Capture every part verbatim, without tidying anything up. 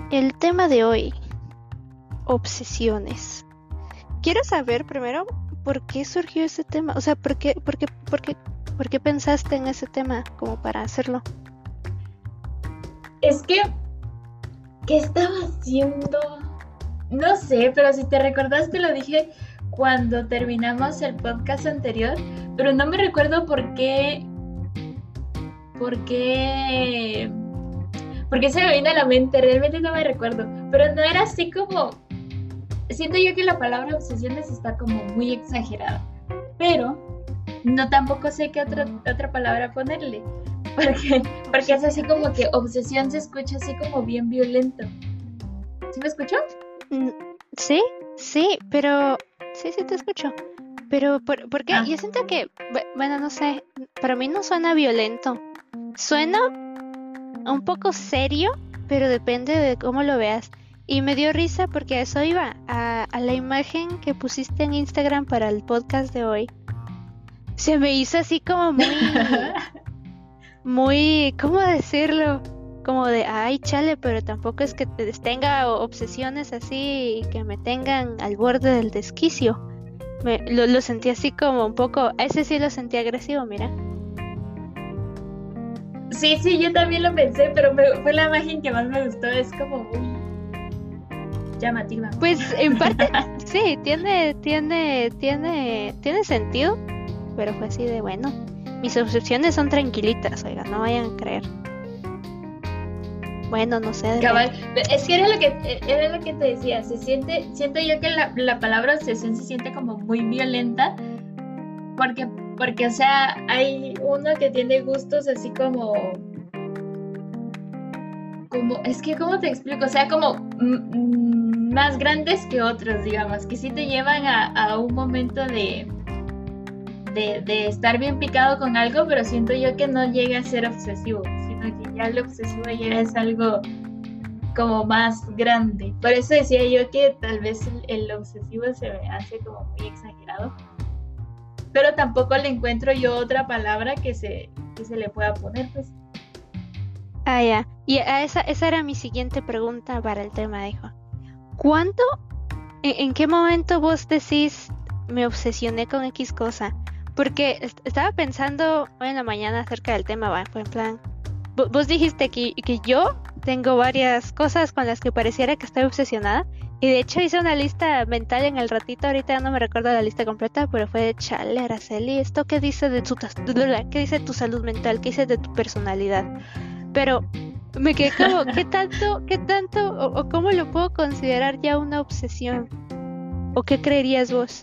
El tema de hoy, obsesiones. Quiero saber primero por qué surgió ese tema, o sea, por qué, por qué, por qué, por qué pensaste en ese tema como para hacerlo. Es que, ¿qué estaba haciendo? No sé, pero si te recordás te lo dije cuando terminamos el podcast anterior, pero no me recuerdo por qué, por qué, por qué se me vino a la mente, realmente no me recuerdo, pero no era así como, siento yo que la palabra obsesiones está como muy exagerada, pero no tampoco sé qué otra, otra palabra ponerle, porque, porque es así como que obsesión se escucha así como bien violento. ¿Sí me escuchó? Mm, Sí, sí, pero sí, sí te escucho. Pero ¿por, por qué? Ah. Yo siento que, bu- bueno, no sé, para mí no suena violento. Suena un poco serio, pero depende de cómo lo veas. Y me dio risa porque a eso iba, a, a la imagen que pusiste en Instagram para el podcast de hoy. Se me hizo así como muy, muy, ¿cómo decirlo? Como de, ay, chale, pero tampoco es que te tenga obsesiones así y que me tengan al borde del desquicio. Me, lo, lo sentí así como un poco, ese sí lo sentí agresivo, mira. Sí, sí, yo también lo pensé, pero me, fue la imagen que más me gustó, es como muy llamativa. Pues en parte sí, tiene, tiene, tiene, tiene sentido, pero fue así de bueno. Mis obsesiones son tranquilitas, oiga, no vayan a creer. Bueno, no sé. Cabal, es que era lo que era lo que te decía, se siente, siento yo que la, la palabra obsesión se siente como muy violenta, porque, porque, o sea, hay uno que tiene gustos así como, como, es que, ¿cómo te explico? O sea, como mm, más grandes que otros, digamos, que sí te llevan a, a un momento de, de, de estar bien picado con algo, pero siento yo que no llega a ser obsesivo, sino que ya lo obsesivo ya es algo como más grande. Por eso decía yo que tal vez el, el obsesivo se me hace como muy exagerado, pero tampoco le encuentro yo otra palabra que se, que se le pueda poner, pues. Ah, ya. Y a esa, esa era mi siguiente pregunta para el tema, dijo. ¿Cuándo, en, en qué momento vos decís me obsesioné con X cosa? Porque est- estaba pensando hoy en la mañana acerca del tema, va, fue en plan, vo- vos dijiste que, que yo tengo varias cosas con las que pareciera que estoy obsesionada. Y de hecho hice una lista mental en el ratito, ahorita ya no me recuerdo la lista completa, pero fue de chale, Araceli, ¿esto qué dice de tu, tas- qué dice tu salud mental? ¿Qué dice de tu personalidad? Pero me quedé como, ¿qué tanto, qué tanto, o, o cómo lo puedo considerar ya una obsesión? ¿O qué creerías vos?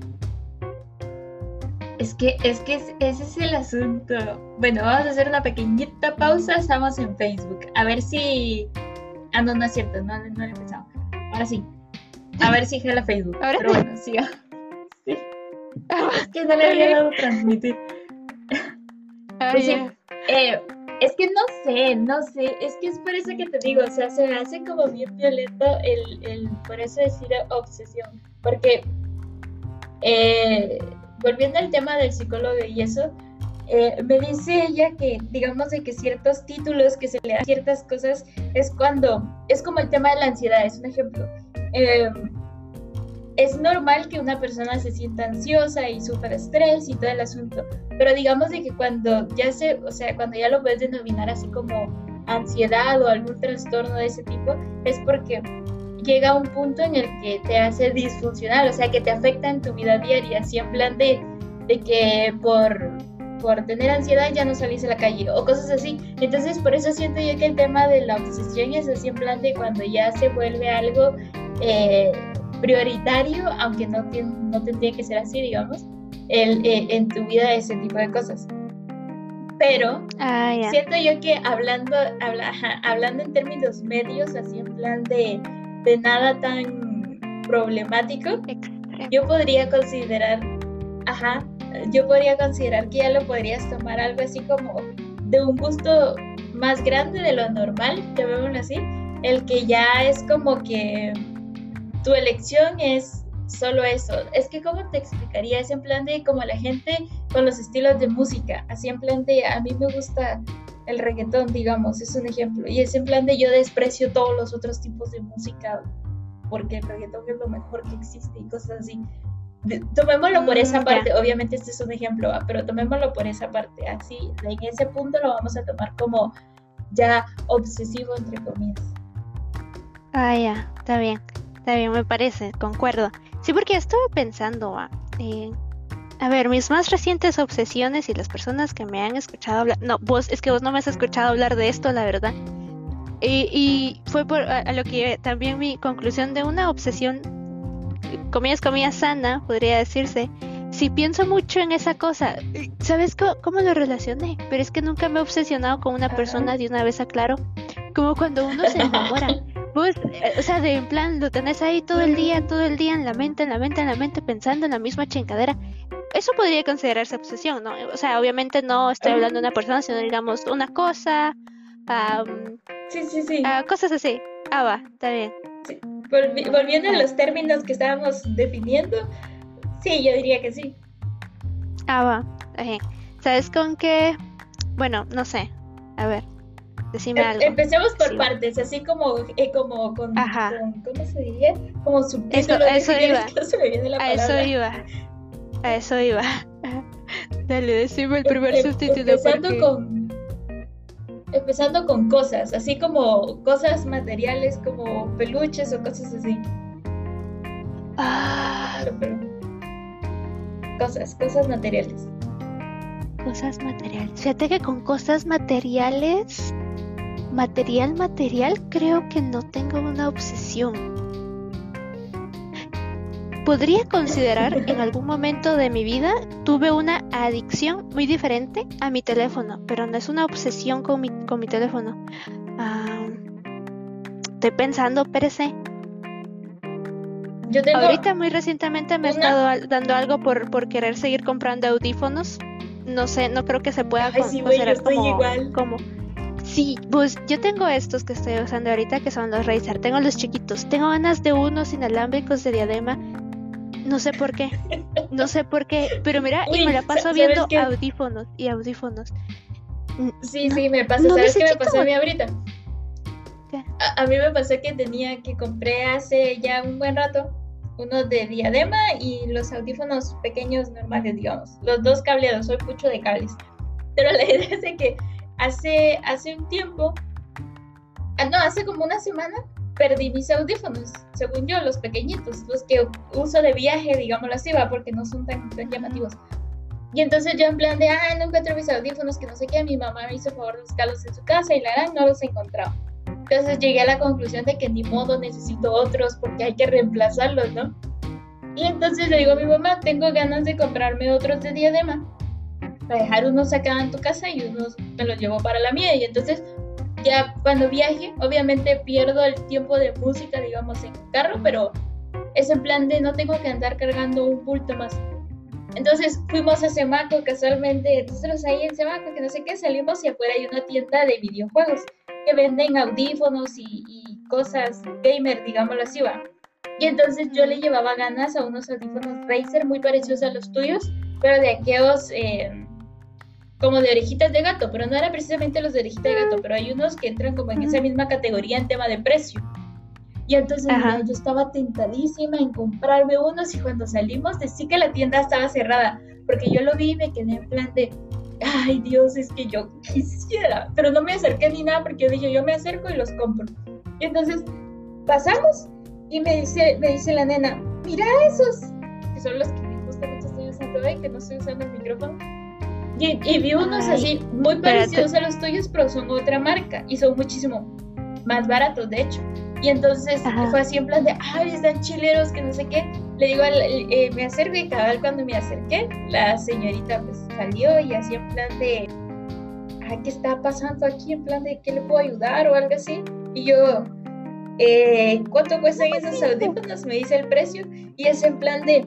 Es que, es que es- ese es el asunto. Bueno, vamos a hacer una pequeñita pausa, estamos en Facebook. A ver si... Ah, no, no es cierto, no, no lo he pensado. Ahora sí. A ver si jala Facebook. ¿Ahora? Pero bueno, siga. Sí. Es que no le había dado transmitir. Ah, Pues sí. ya. Eh, es que no sé, no sé. Es que es por eso que te digo. O sea, se me hace como bien violento el, el por eso decir obsesión. Porque... Eh, volviendo al tema del psicólogo y eso, eh, me dice ella que, digamos, de que ciertos títulos que se le dan a ciertas cosas es cuando, es como el tema de la ansiedad, es un ejemplo. Eh, es normal que una persona se sienta ansiosa y sufra estrés y todo el asunto, pero digamos de que cuando ya se, o sea, cuando ya lo puedes denominar así como ansiedad o algún trastorno de ese tipo, es porque llega a un punto en el que te hace disfuncional, o sea, que te afecta en tu vida diaria, así en plan de, de que por, por tener ansiedad ya no salís a la calle o cosas así. Entonces, por eso siento yo que el tema de la obsesión es así en plan de cuando ya se vuelve algo eh, prioritario, aunque no, ten, no tendría que ser así, digamos, el, eh, en tu vida ese tipo de cosas. Pero Ah, ya. siento yo que hablando, habla, ajá, hablando en términos medios, así en plan de de nada tan problemático, Extremo. yo podría considerar, ajá, yo podría considerar que ya lo podrías tomar algo así como de un gusto más grande de lo normal, llamémoslo así, el que ya es como que tu elección es solo eso. Es que cómo te explicaría, es en plan de como la gente con los estilos de música, así en plan de a mí me gusta el reggaetón, digamos, es un ejemplo. Y es en plan de yo desprecio todos los otros tipos de música porque el reggaetón es lo mejor que existe y cosas así. De, tomémoslo por esa parte, yeah. Obviamente este es un ejemplo, ¿va? Pero tomémoslo por esa parte, así, en ese punto lo vamos a tomar como ya obsesivo, entre comillas. Ah, ya, está bien, está bien, me parece, concuerdo. Sí, porque estuve pensando, ¿va? Eh, a ver, mis más recientes obsesiones y las personas que me han escuchado hablar, no, vos, es que vos no me has escuchado hablar de esto, la verdad. Y, y fue por a, a lo que también mi conclusión de una obsesión, comillas, comillas, sana, podría decirse. Si pienso mucho en esa cosa, ¿sabes cómo, cómo lo relacioné? Pero es que nunca me he obsesionado con una persona, de una vez aclaro, como cuando uno se enamora. Vos, eh, o sea, de en plan, lo tenés ahí todo el día, todo el día en la mente, en la mente, en la mente, pensando en la misma chingadera. Eso podría considerarse obsesión, ¿no? O sea, obviamente no estoy hablando de una persona, sino digamos una cosa, um, sí, sí, sí. Uh, cosas así. Ah, va, está bien. Sí. Volvi- volviendo a los términos que estábamos definiendo, sí, yo diría que sí. Ah, va, está bien. ¿Sabes con qué? Bueno, no sé. A ver, decime em- algo. Empecemos por sí, partes, así como, eh, como con, Ajá. con, ¿cómo se diría? Como subtítulos. Eso, eso iba. No se me viene la a palabra. eso iba. A eso iba. Dale, decime el primer Em- subtítulo. Empezando porque... con... Empezando con cosas, así como cosas materiales como peluches o cosas así. Ah, Pero, cosas, cosas materiales. Cosas materiales. Fíjate que con cosas materiales, material, material, creo que no tengo una obsesión. Podría considerar en algún momento de mi vida tuve una adicción muy diferente a mi teléfono, pero no es una obsesión con mi, con mi teléfono. Uh, estoy pensando, espérese. Yo tengo Ahorita muy recientemente me una... he estado al, dando algo por, por querer seguir comprando audífonos. No sé, no creo que se pueda Ay, con, sí, güey, yo estoy como, igual. como... Sí, pues yo tengo estos que estoy usando ahorita que son los Razer. Tengo los chiquitos. Tengo ganas de unos inalámbricos de diadema. No sé por qué, no sé por qué, pero mira, Uy, y me la paso ¿sabes viendo qué? audífonos y audífonos. Sí, no, sí, me pasa. no ¿Sabes qué me necesito... pasó a mí ahorita? ¿Qué? A, a mí me pasó que tenía que compré hace ya un buen rato unos de diadema y los audífonos pequeños normales, digamos. Los dos cableados, soy pucho de cables. Pero la idea es de que hace, hace un tiempo, ah, no, hace como una semana, perdí mis audífonos, según yo, los pequeñitos, los que uso de viaje, digámoslo así, va, porque no son tan, tan llamativos. Y entonces yo en plan de, ah, no encuentro mis audífonos, que no sé qué, mi mamá me hizo el favor de buscarlos en su casa y la verdad no los he encontrado. Entonces llegué a la conclusión de que ni modo necesito otros porque hay que reemplazarlos, ¿no? Y entonces le digo a mi mamá, tengo ganas de comprarme otros de diadema, para dejar unos acá en tu casa y unos me los llevo para la mía. Y entonces ya cuando viaje, obviamente pierdo el tiempo de música, digamos, en el carro, pero es en plan de no tengo que andar cargando un bulto más. Entonces fuimos a Semaco casualmente, nosotros ahí en Semaco, que no sé qué, salimos y afuera hay una tienda de videojuegos que venden audífonos y, y cosas gamer, digámoslo así, va. Y entonces yo le llevaba ganas a unos audífonos Razer muy parecidos a los tuyos, pero de aquellos... Eh, como de orejitas de gato, pero no eran precisamente los de orejitas de gato, pero hay unos que entran como en esa misma categoría en tema de precio. Y entonces mira, yo estaba tentadísima en comprarme unos y cuando salimos decí que la tienda estaba cerrada, porque yo lo vi y me quedé en plan de, ay Dios, es que yo quisiera, pero no me acerqué ni nada porque yo dije, yo me acerco y los compro. Y entonces pasamos y me dice, me dice la nena, mira esos, que son los que justamente estoy usando hoy, que no estoy usando el micrófono. Y, y vi unos Ay, así muy parecidos a los tuyos, pero son otra marca y son muchísimo más baratos, de hecho. Y entonces Ajá. fue así en plan de, ay, están chileros, que no sé qué. Le digo, al, eh, me acerco y cada vez cuando me acerqué, la señorita pues salió y así en plan de, ay, ¿qué está pasando aquí? En plan de, ¿qué le puedo ayudar o algo así? Y yo, eh, ¿cuánto cuestan esos audífonos? Me dice el precio y es en plan de,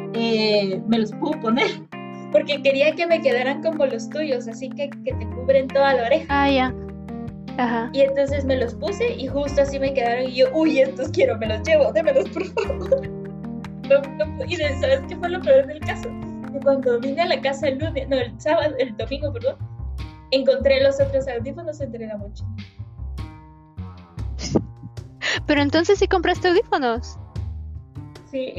eh, ¿me los puedo poner? Porque quería que me quedaran como los tuyos, así que, que te cubren toda la oreja. Ah, ya. Ajá. Y entonces me los puse y justo así me quedaron y yo, uy, estos quiero, me los llevo, démelos por favor. No, no, y ¿sabes qué fue lo peor del caso? Que cuando vine a la casa el lunes, no, el sábado, el domingo, perdón, encontré los otros audífonos entre la mochila. Pero entonces sí compraste audífonos. Sí.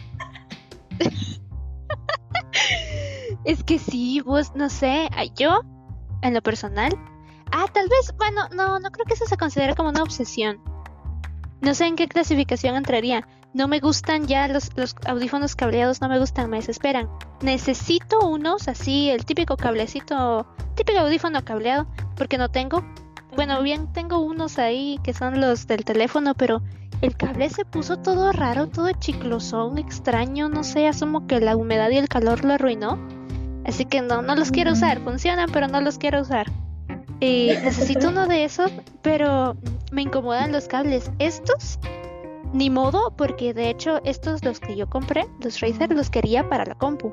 Es que sí, vos, no sé, yo, en lo personal, ah, tal vez, bueno, no, no creo que eso se considere como una obsesión. No sé en qué clasificación entraría. No me gustan ya los, los audífonos cableados, no me gustan, me desesperan. Necesito unos así, el típico cablecito, típico audífono cableado, porque no tengo. Bueno, bien, tengo unos ahí que son los del teléfono, pero el cable se puso todo raro, todo chiclosón, extraño, no sé, asumo que la humedad y el calor lo arruinó. Así que no, no los quiero usar, funcionan, pero no los quiero usar. Eh, necesito uno de esos, pero me incomodan los cables. Estos, ni modo, porque de hecho estos, los que yo compré, los Razer, los quería para la compu.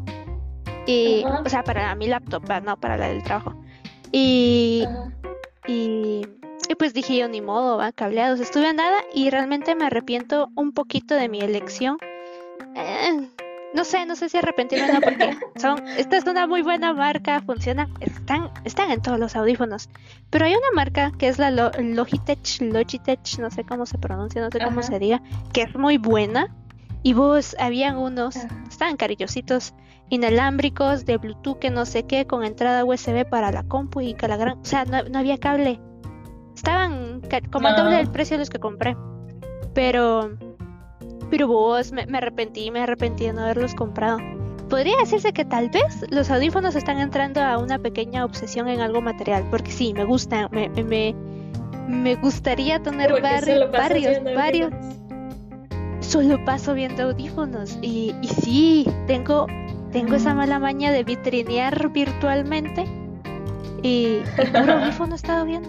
Y, Ajá. o sea, para mi laptop, no para la del trabajo. Y... Ajá. Y, y pues dije yo, ni modo, va, cableados. Estuve a nada y realmente me arrepiento un poquito de mi elección. Eh, no sé, no sé si arrepentirme o no, porque son, esta es una muy buena marca, funciona, están, están en todos los audífonos. Pero hay una marca que es la Lo- Logitech, Logitech, no sé cómo se pronuncia, no sé cómo Ajá. se diga, que es muy buena. Y vos, habían unos, Ajá. estaban cariñositos, inalámbricos, de Bluetooth, que no sé qué, con entrada U S B para la compu y que la gran... O sea, no, no había cable. Estaban ca- como al doble No. del precio de los que compré. Pero... Pero vos, me, me arrepentí, me arrepentí de no haberlos comprado. Podría decirse que tal vez los audífonos están entrando a una pequeña obsesión en algo material. Porque sí, me gustan, me, me, me, me gustaría tener Porque vari- solo pasas varios, viendo varios... audífonos. Solo paso viendo audífonos. Y, y sí, tengo... Tengo esa mala maña de vitrinear virtualmente y, y puro audífono he estado viendo.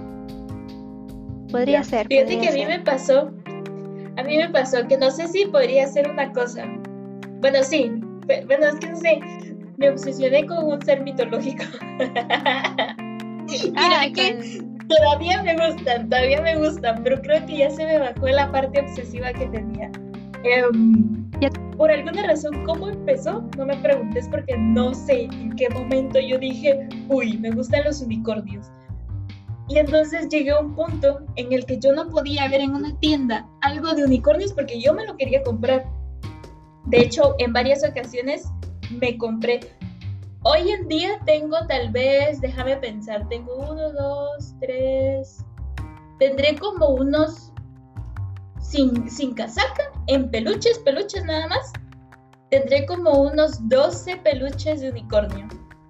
Podría Ya. ser, Fíjate podría que a mí ser. me pasó, a mí me pasó que no sé si podría ser una cosa. Bueno, sí, pe- bueno, es que no sé, me obsesioné con un ser mitológico. Mira Ah, que con... todavía me gustan, todavía me gustan, pero creo que ya se me bajó la parte obsesiva que tenía. Em, Ya- por alguna razón, ¿cómo empezó? No me preguntes porque no sé en qué momento yo dije, uy, me gustan los unicornios. Y entonces llegué a un punto en el que yo no podía ver en una tienda algo de unicornios porque yo me lo quería comprar. De hecho, en varias ocasiones me compré. Hoy en día tengo tal vez, déjame pensar, tengo uno, dos, tres, tendré como unos sin, sin casaca, en peluches, peluches nada más, tendré como unos doce peluches de unicornio.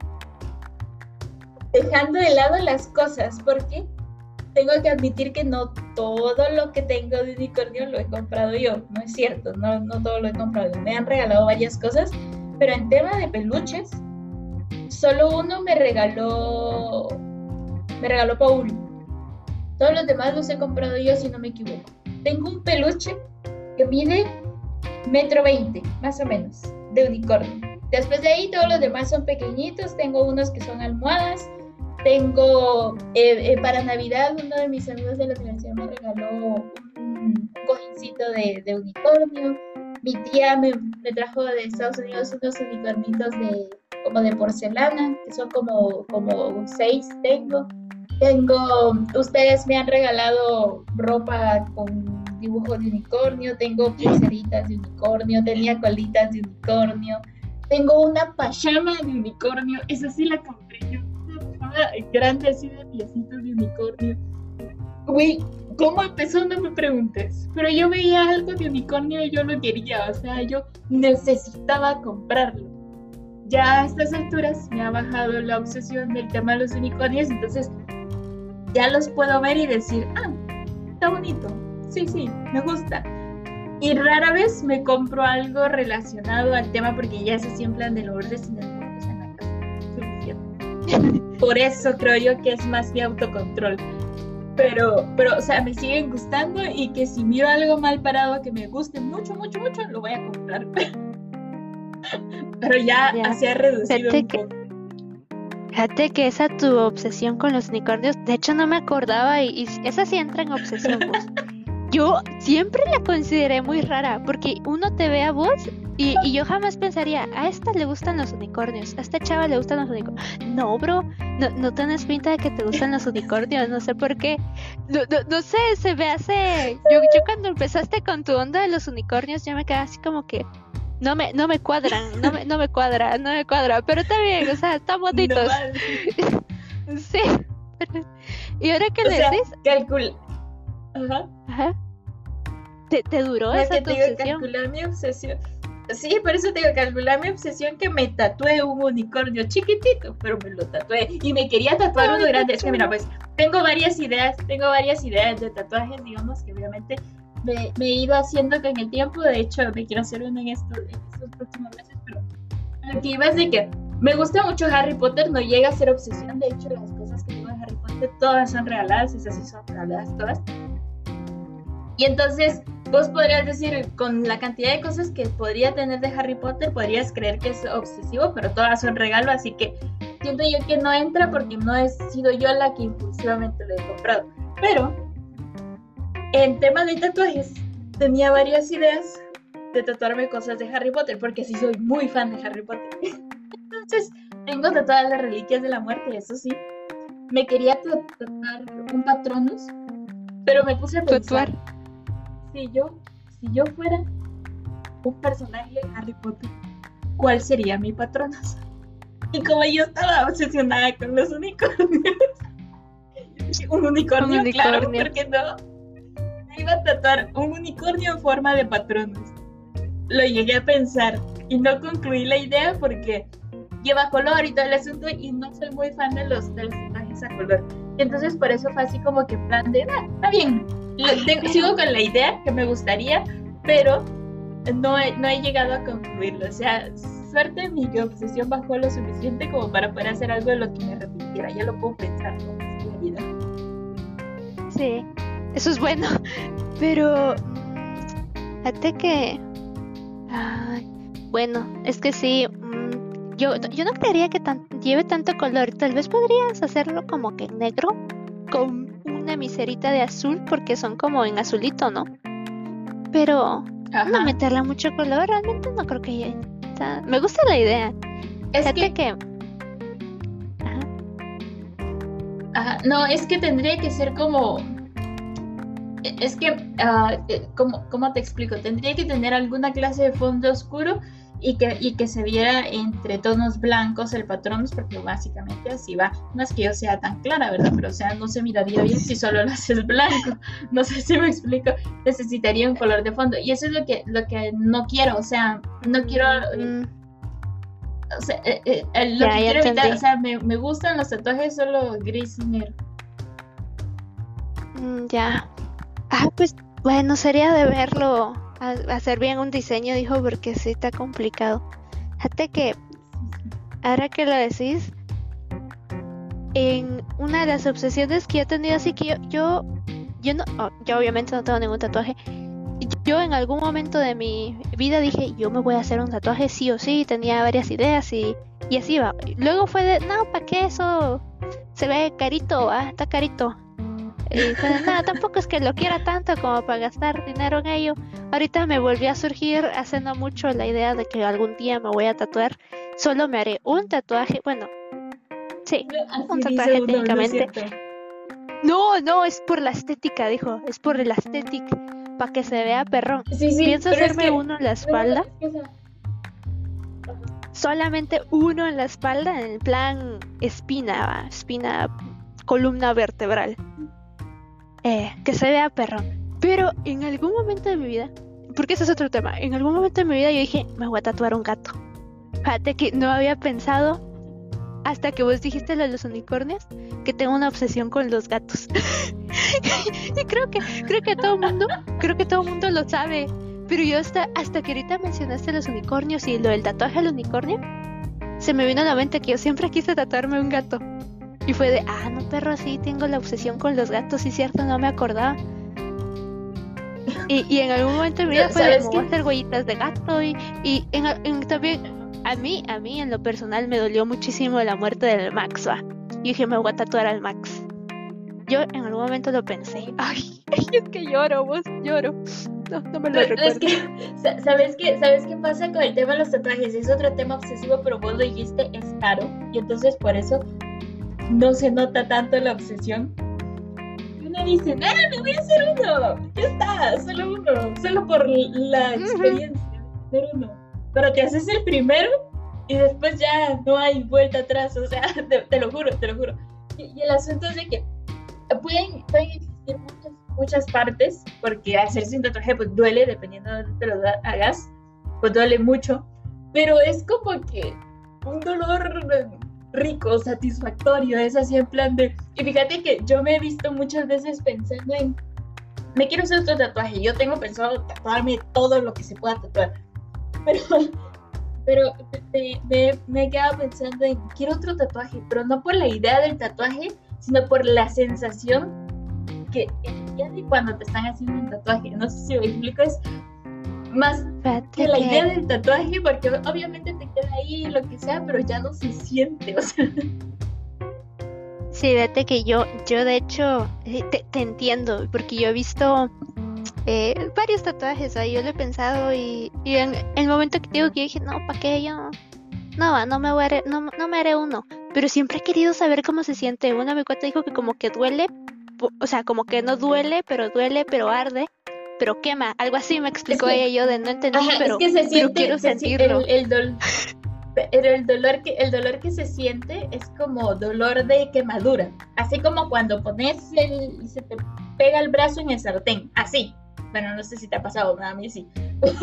Dejando de lado las cosas, porque tengo que admitir que no todo lo que tengo de unicornio lo he comprado yo, no es cierto, no, no todo lo he comprado yo, me han regalado varias cosas, pero en tema de peluches, solo uno me regaló, me regaló Paul. Todos los demás los he comprado yo, si no me equivoco. Tengo un peluche que mide metro veinte, más o menos, de unicornio. Después de ahí todos los demás son pequeñitos. Tengo unos que son almohadas. Tengo, eh, eh, para Navidad, uno de mis amigos de la universidad me regaló un, un cojincito de, de unicornio. Mi tía me, me trajo de Estados Unidos unos unicornitos de, como de porcelana, que son como, como seis tengo. Tengo, ustedes me han regalado ropa con dibujo de unicornio, tengo pulseritas de unicornio, tenía colitas de unicornio, tengo una pijama de unicornio, esa sí la compré yo, una pijama grande así de piecitos de unicornio. Güey, ¿cómo empezó? No me preguntes, pero yo veía algo de unicornio y yo lo quería, o sea, yo necesitaba comprarlo. Ya a estas alturas me ha bajado la obsesión del tema de los unicornios, entonces ya los puedo ver y decir, ah, está bonito, sí, sí, me gusta. Y rara vez me compro algo relacionado al tema porque ya se siempre de los verdes y los muertos en la casa. Suficiente. Por eso creo yo que es más mi autocontrol. Pero, pero, o sea, me siguen gustando y que si miro algo mal parado que me guste mucho, mucho, mucho, lo voy a comprar. Pero ya, ya. así ha reducido Fíjate un que- poco. Fíjate que esa tu obsesión con los unicornios, de hecho no me acordaba y, y esa sí entra en obsesión, vos. Yo siempre la consideré muy rara porque uno te ve a vos Y, y yo jamás pensaría, a esta le gustan los unicornios, a esta chava le gustan los unicornios. No, bro, no, no tienes pinta de que te gustan los unicornios, no sé por qué. No, no, no sé, se me hace... Yo, yo cuando empezaste con tu onda de los unicornios, ya me quedé así como que... No me, no me cuadran, no me, no me cuadra, no me cuadra, pero está bien, o sea, están bonitos. No, sí. ¿Y ahora qué o le sea, decís? calcul... Ajá. Ajá. ¿Te, te duró No, esa que tu te digo, obsesión? calcular mi obsesión. Sí, por eso te digo, calcular mi obsesión que me tatué un unicornio chiquitito, pero me lo tatué y me quería tatuar Ay, uno qué grande. Es que mira, chulo. pues tengo varias ideas, tengo varias ideas de tatuajes, digamos que obviamente me, me he ido haciendo con el tiempo. De hecho, me quiero hacer uno en estos, en estos próximos meses, pero lo que iba es de que me gusta mucho Harry Potter, no llega a ser obsesión. De hecho, las cosas que tengo de Harry Potter todas son regaladas, esas sí son regaladas todas. Y entonces vos podrías decir, con la cantidad de cosas que podría tener de Harry Potter, podrías creer que es obsesivo, pero todas son regalo, así que siento yo que no entra porque no he sido yo la que impulsivamente lo he comprado. Pero en tema de tatuajes, tenía varias ideas de tatuarme cosas de Harry Potter, porque sí soy muy fan de Harry Potter. Entonces tengo tatuadas las reliquias de la muerte, eso sí. Me quería tatuar un Patronus, pero me puse a pensar, Tatuar. si yo, si yo fuera un personaje de Harry Potter, ¿cuál sería mi Patronus? Y como yo estaba obsesionada con los unicornios, un unicornio, Un claro, unicornio. ¿por qué no? Me iba a tatuar un unicornio en forma de Patronus. Lo llegué a pensar y no concluí la idea porque lleva color y todo el asunto y no soy muy fan de los, de los tatuajes a color. Entonces por eso fue así como que en plan de, ah, está bien, Lo tengo, sigo con la idea que me gustaría, pero no he, no he llegado a concluirlo. O sea, suerte mi obsesión bajó lo suficiente como para poder hacer algo de lo que me arrepintiera. Ya lo puedo pensar, ¿no? Es la vida. Sí, eso es bueno. Pero, fíjate que... Ay, bueno, es que sí, mmm, yo, yo no creería que tan, lleve tanto color. Tal vez podrías hacerlo como que en negro, con una miserita de azul, porque son como en azulito, ¿no? Pero Ajá. no meterle mucho color, realmente no creo que llegue. O sea, me gusta la idea. Es Fíjate que, que... Ajá. ajá, no, es que tendría que ser como... Es que, uh, ¿cómo, ¿cómo te explico? Tendría que tener alguna clase de fondo oscuro y que, y que se viera entre tonos blancos el Patronus, porque básicamente así va. No es que yo sea tan clara, ¿verdad? Pero o sea, no se miraría bien si solo lo haces blanco. No sé si me explico. Necesitaría un color de fondo. Y eso es lo que, lo que no quiero. O sea, no quiero... Mm, O sea, eh, eh, eh, lo ya, que ya quiero evitar, entendí. o sea, me, me gustan los tatuajes solo gris y negro. Mm, ya. Ah, pues bueno, sería de verlo, a- hacer bien un diseño, dijo, porque sí está complicado. Fíjate que ahora que lo decís, en una de las obsesiones que yo he tenido, así que yo, yo, yo no, oh, yo obviamente no tengo ningún tatuaje. Yo en algún momento de mi vida dije, yo me voy a hacer un tatuaje sí o sí, tenía varias ideas y, y así va. Luego fue de, no, ¿para qué eso? Se ve carito, ah, está carito. Y fue de, nada, tampoco es que lo quiera tanto como para gastar dinero en ello. Ahorita me volvió a surgir hace no mucho la idea de que algún día me voy a tatuar. Solo me haré un tatuaje, bueno, sí, Así un dice tatuaje uno, ¿no es técnicamente. cierto? No, no, es por la estética, dijo, es por el estética, para que se vea perrón. Sí, sí, Pienso pero es hacerme que... uno en la No, no, espalda, es que, o sea, solamente uno en la espalda, en el plan espina, va, espina, columna vertebral. Eh, que se vea perrón. Pero en algún momento de mi vida, porque ese es otro tema, en algún momento de mi vida yo dije, me voy a tatuar un gato. Fíjate que no había pensado, hasta que vos dijiste lo de los unicornios, que tengo una obsesión con los gatos. Y creo que, creo que todo el mundo, creo que todo el mundo lo sabe. Pero yo hasta, hasta que ahorita mencionaste los unicornios y lo del tatuaje al unicornio, se me vino a la mente que yo siempre quise tatuarme un gato. Y fue de, ah, no, perro, sí, tengo la obsesión con los gatos, sí, cierto, no me acordaba. Y, y en algún momento de mi vida fue de, ¿sabes me qué? voy a hacer huellitas de gato. Y, y en, en- también, a mí, a mí en lo personal me dolió muchísimo la muerte del Max, va. Y dije, me voy a tatuar al Max. Yo en algún momento lo pensé. Ay, es que lloro, vos, lloro. No, no me lo Pero recuerdo. es que, sa- ¿sabes qué? ¿Sabes qué pasa con el tema de los tatuajes? Es otro tema obsesivo, pero vos lo dijiste, es caro. Y entonces por eso no se nota tanto la obsesión. Y uno dice, ¡ah, me voy a hacer uno! Ya está, solo uno. Solo por la Ujú. experiencia de hacer uno. Pero te haces el primero y después ya no hay vuelta atrás. O sea, te, te lo juro, te lo juro. Y, y el asunto es de que pueden, pueden existir muchas, muchas partes, porque hacerse un tatuaje pues duele, dependiendo de dónde te lo da- hagas, pues duele mucho, pero es como que un dolor rico, satisfactorio, es así en plan de... Y fíjate que yo me he visto muchas veces pensando en, me quiero hacer otro tatuaje, yo tengo pensado tatuarme todo lo que se pueda tatuar, pero... Pero me, me, me he quedado pensando en, quiero otro tatuaje, pero no por la idea del tatuaje, sino por la sensación que tiene cuando te están haciendo un tatuaje. No sé si me explico, es más Fíjate que la que- idea del tatuaje, porque obviamente te queda ahí lo que sea, pero ya no se siente, o sea, Sí, fíjate que yo, yo de hecho, eh, te, te entiendo, porque yo he visto eh, varios tatuajes, ¿va? Yo lo he pensado y, y en el momento que digo que yo dije, no, ¿para qué yo? No, va, no me voy a haré- no, no me haré uno, pero siempre he querido saber cómo se siente. Una mi cuate dijo que como que duele, po- o sea, como que no duele, pero duele, pero arde, pero quema, algo así me explicó que- ella, yo de no entendí, ajá, pero, es que se pero siente, quiero se si- sentirlo. el, el, dol- pero el dolor que el dolor que se siente es como dolor de quemadura, así como cuando pones el, se te pega el brazo en el sartén, así. Bueno, no sé si te ha pasado, a mí sí.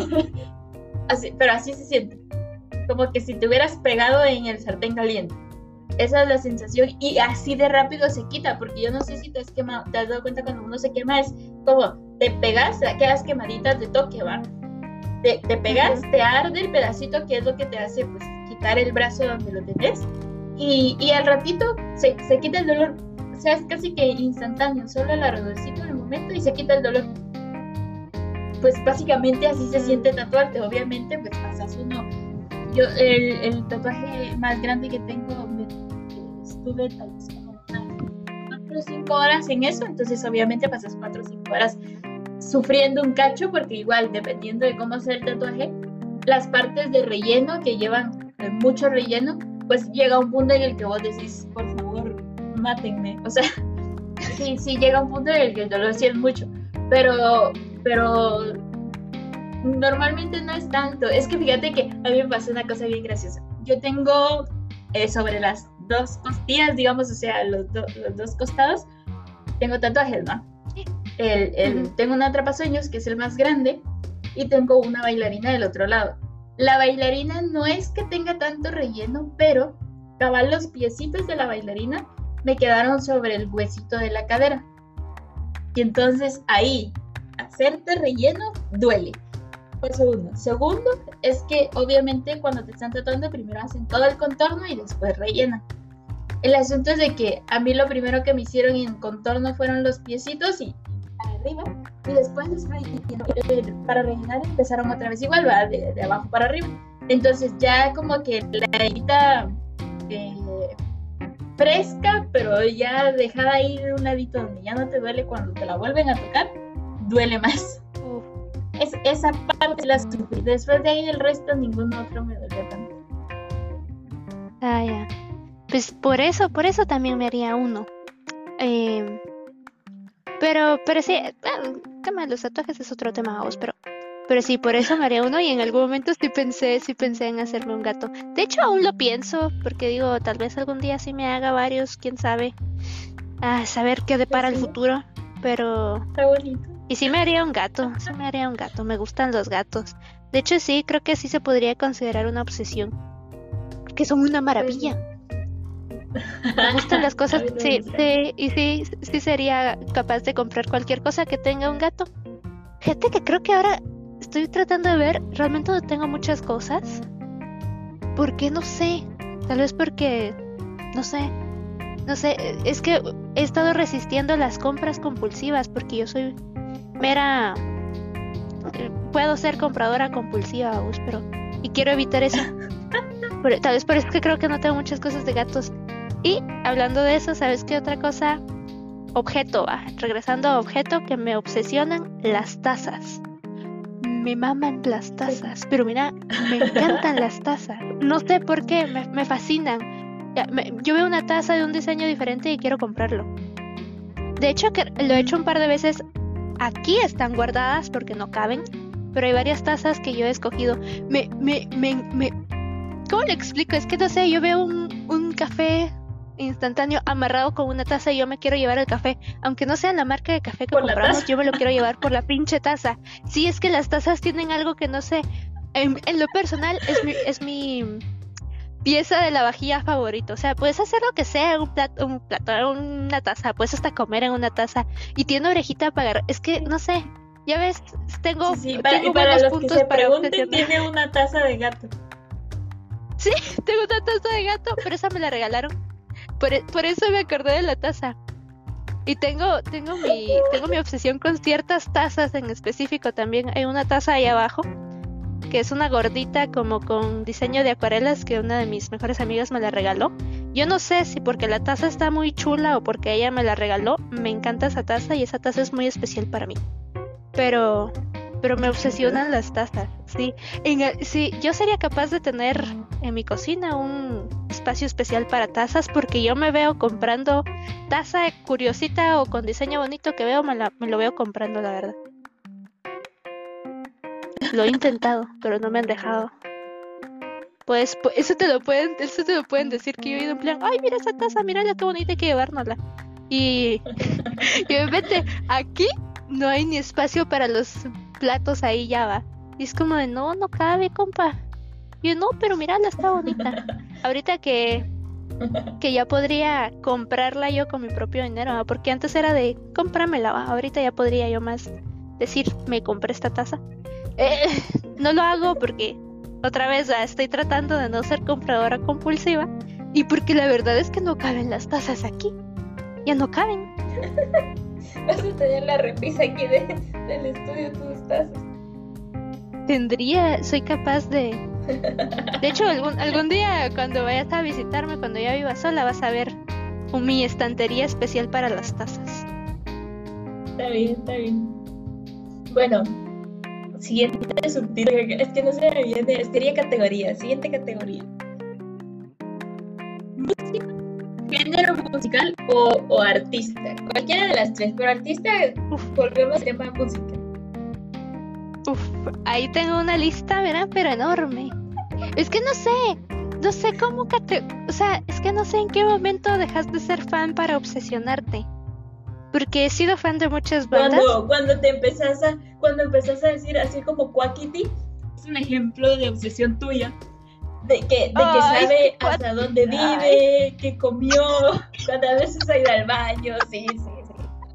Así, pero así se siente, como que si te hubieras pegado en el sartén caliente. Esa es la sensación y así de rápido se quita, porque yo no sé si te has quemado, te has dado cuenta cuando uno se quema, es como te pegas, quedas quemaditas de toque, ¿va? Te, te pegas, Ujú. te arde el pedacito, que es lo que te hace pues quitar el brazo donde lo tenés, y, y al ratito se, se quita el dolor, o sea, es casi que instantáneo, solo el ardorcito en el momento y se quita el dolor. Pues básicamente así se siente tatuarte, obviamente pues pasas uno. Yo el, el tatuaje más grande que tengo, me, estuve tal vez como unas cuatro o cinco horas en eso, entonces obviamente pasas cuatro o cinco horas sufriendo un cacho, porque igual dependiendo de cómo sea el tatuaje, las partes de relleno que llevan eh, mucho relleno, pues llega un punto en el que vos decís, por favor, mátenme, o sea, sí, sí llega un punto en el que el dolor sí es mucho, pero, pero normalmente no es tanto. Es que fíjate que a mí me pasó una cosa bien graciosa. Yo tengo eh, sobre las dos costillas, digamos, o sea, los, do, los dos costados, tengo tatuajes, ¿no? El, el, uh-huh. Tengo un atrapasueños, que es el más grande, y tengo una bailarina del otro lado. La bailarina no es que tenga tanto relleno, pero cabal los piecitos de la bailarina me quedaron sobre el huesito de la cadera. Y entonces ahí, hacerte relleno duele. Paso uno. Segundo, es que obviamente cuando te están tatuando, primero hacen todo el contorno y después rellenan. El asunto es de que a mí lo primero que me hicieron en contorno fueron los piecitos y para arriba, y después para rellenar empezaron otra vez igual, ¿verdad? De, de abajo para arriba. Entonces ya como que la herida eh, fresca, pero ya dejada ahí de un ladito donde ya no te duele, cuando te la vuelven a tocar, duele más. Uf. Es, esa parte la sufrí. Después de ahí el resto ningún otro me dolió tanto. Ah, ya. Pues por eso, por eso también me haría uno. Eh, pero, pero sí, el tema de los tatuajes es otro tema, vos, pero, pero sí, por eso me haría uno y en algún momento sí pensé, sí pensé en hacerme un gato. De hecho, aún lo pienso, porque digo, tal vez algún día sí me haga varios, quién sabe. A saber qué depara el futuro, pero... Está bonito. Y sí me haría un gato, sí me haría un gato, me gustan los gatos. De hecho, sí, creo que sí se podría considerar una obsesión. Porque son una maravilla. Me gustan las cosas, sí, sí, y sí, sí sería capaz de comprar cualquier cosa que tenga un gato. Fíjate que creo que ahora estoy tratando de ver, realmente no tengo muchas cosas. ¿Por qué? No sé. Tal vez porque, no sé, no sé, es que he estado resistiendo las compras compulsivas porque yo soy mera, puedo ser compradora compulsiva, vamos, pero, y quiero evitar eso. Pero, tal vez por eso es que creo que no tengo muchas cosas de gatos. Y hablando de eso, ¿sabes qué otra cosa? Objeto, va. Regresando a objeto que me obsesionan, las tazas. me maman las tazas, pero mira, me encantan las tazas. No sé por qué, me, me fascinan. Ya, me- yo veo una taza de un diseño diferente y quiero comprarlo. De hecho, que lo he hecho un par de veces. Aquí están guardadas porque no caben, pero hay varias tazas que yo he escogido. Me, me, me, me... ¿Cómo le explico? Es que no sé, yo veo un, un café instantáneo amarrado con una taza y yo me quiero llevar el café. Aunque no sea la marca de café que Por la compramos, taza. yo me lo quiero llevar por la pinche taza. Sí, es que las tazas tienen algo que no sé. En, en lo personal, es mi, es mi pieza de la vajilla favorito. O sea, puedes hacer lo que sea en un plato, un plato, en una taza. Puedes hasta comer en una taza. Y tiene orejita para agarrar. Es que, no sé. Ya ves, tengo, Sí, sí, para, y tengo para buenos los que puntos se para pregunten, obsesionar. tiene una taza de gato. Sí, tengo una taza de gato, pero esa me la regalaron. Por, e- por eso me acordé de la taza. Y tengo, tengo mi, tengo mi obsesión con ciertas tazas en específico también. Hay una taza ahí abajo, que es una gordita como con diseño de acuarelas que una de mis mejores amigas me la regaló. Yo no sé si porque la taza está muy chula o porque ella me la regaló. Me encanta esa taza y esa taza es muy especial para mí. Pero, pero me obsesionan las tazas, sí. En el- sí, yo sería capaz de tener en mi cocina un espacio especial para tazas porque yo me veo comprando taza curiosita o con diseño bonito que veo, me, la- me lo veo comprando, la verdad. Lo he intentado, pero no me han dejado. Pues, pues, eso te lo pueden, eso te lo pueden decir que yo he ido en plan, ay, mira esa taza, mira qué bonita, hay que llevárnosla. Y, y obviamente aquí no hay ni espacio para los platos ahí ya va. Y es como de, no, no cabe, compa. Y yo, no, pero mírala, está bonita. Ahorita que, que ya podría comprarla yo con mi propio dinero, ¿va? Porque antes era de, cómpramela, ¿va? Ahorita ya podría yo más decir, me compré esta taza. Eh, no lo hago porque, otra vez, ¿va? Estoy tratando de no ser compradora compulsiva. Y porque la verdad es que no caben las tazas aquí. Ya no caben. Vas a tener la repisa aquí de, del estudio tus tazas. Tendría, soy capaz de... De hecho, algún, algún día cuando vayas a visitarme, cuando ya viva sola, vas a ver un- mi estantería especial para las tazas. Está bien, está bien. Bueno, siguiente subtítulo. Es que no se me viene. Sería categoría. Siguiente categoría. Música, género musical o, o artista. Cualquiera de las tres. Pero artista, Uf, volvemos al tema música. uf, ahí tengo una lista, ¿verdad? Pero enorme. Es que no sé, no sé cómo cate... O sea, es que no sé en qué momento dejas de ser fan para obsesionarte. Porque he sido fan de muchas bandas. Cuando, cuando te empezás a, cuando empezás a decir así como Quackity, es un ejemplo de obsesión tuya. De que, de que Ay, sabe qué hasta cuat- dónde Ay. vive, que comió, cuántas veces ha ido al baño, sí, sí, sí.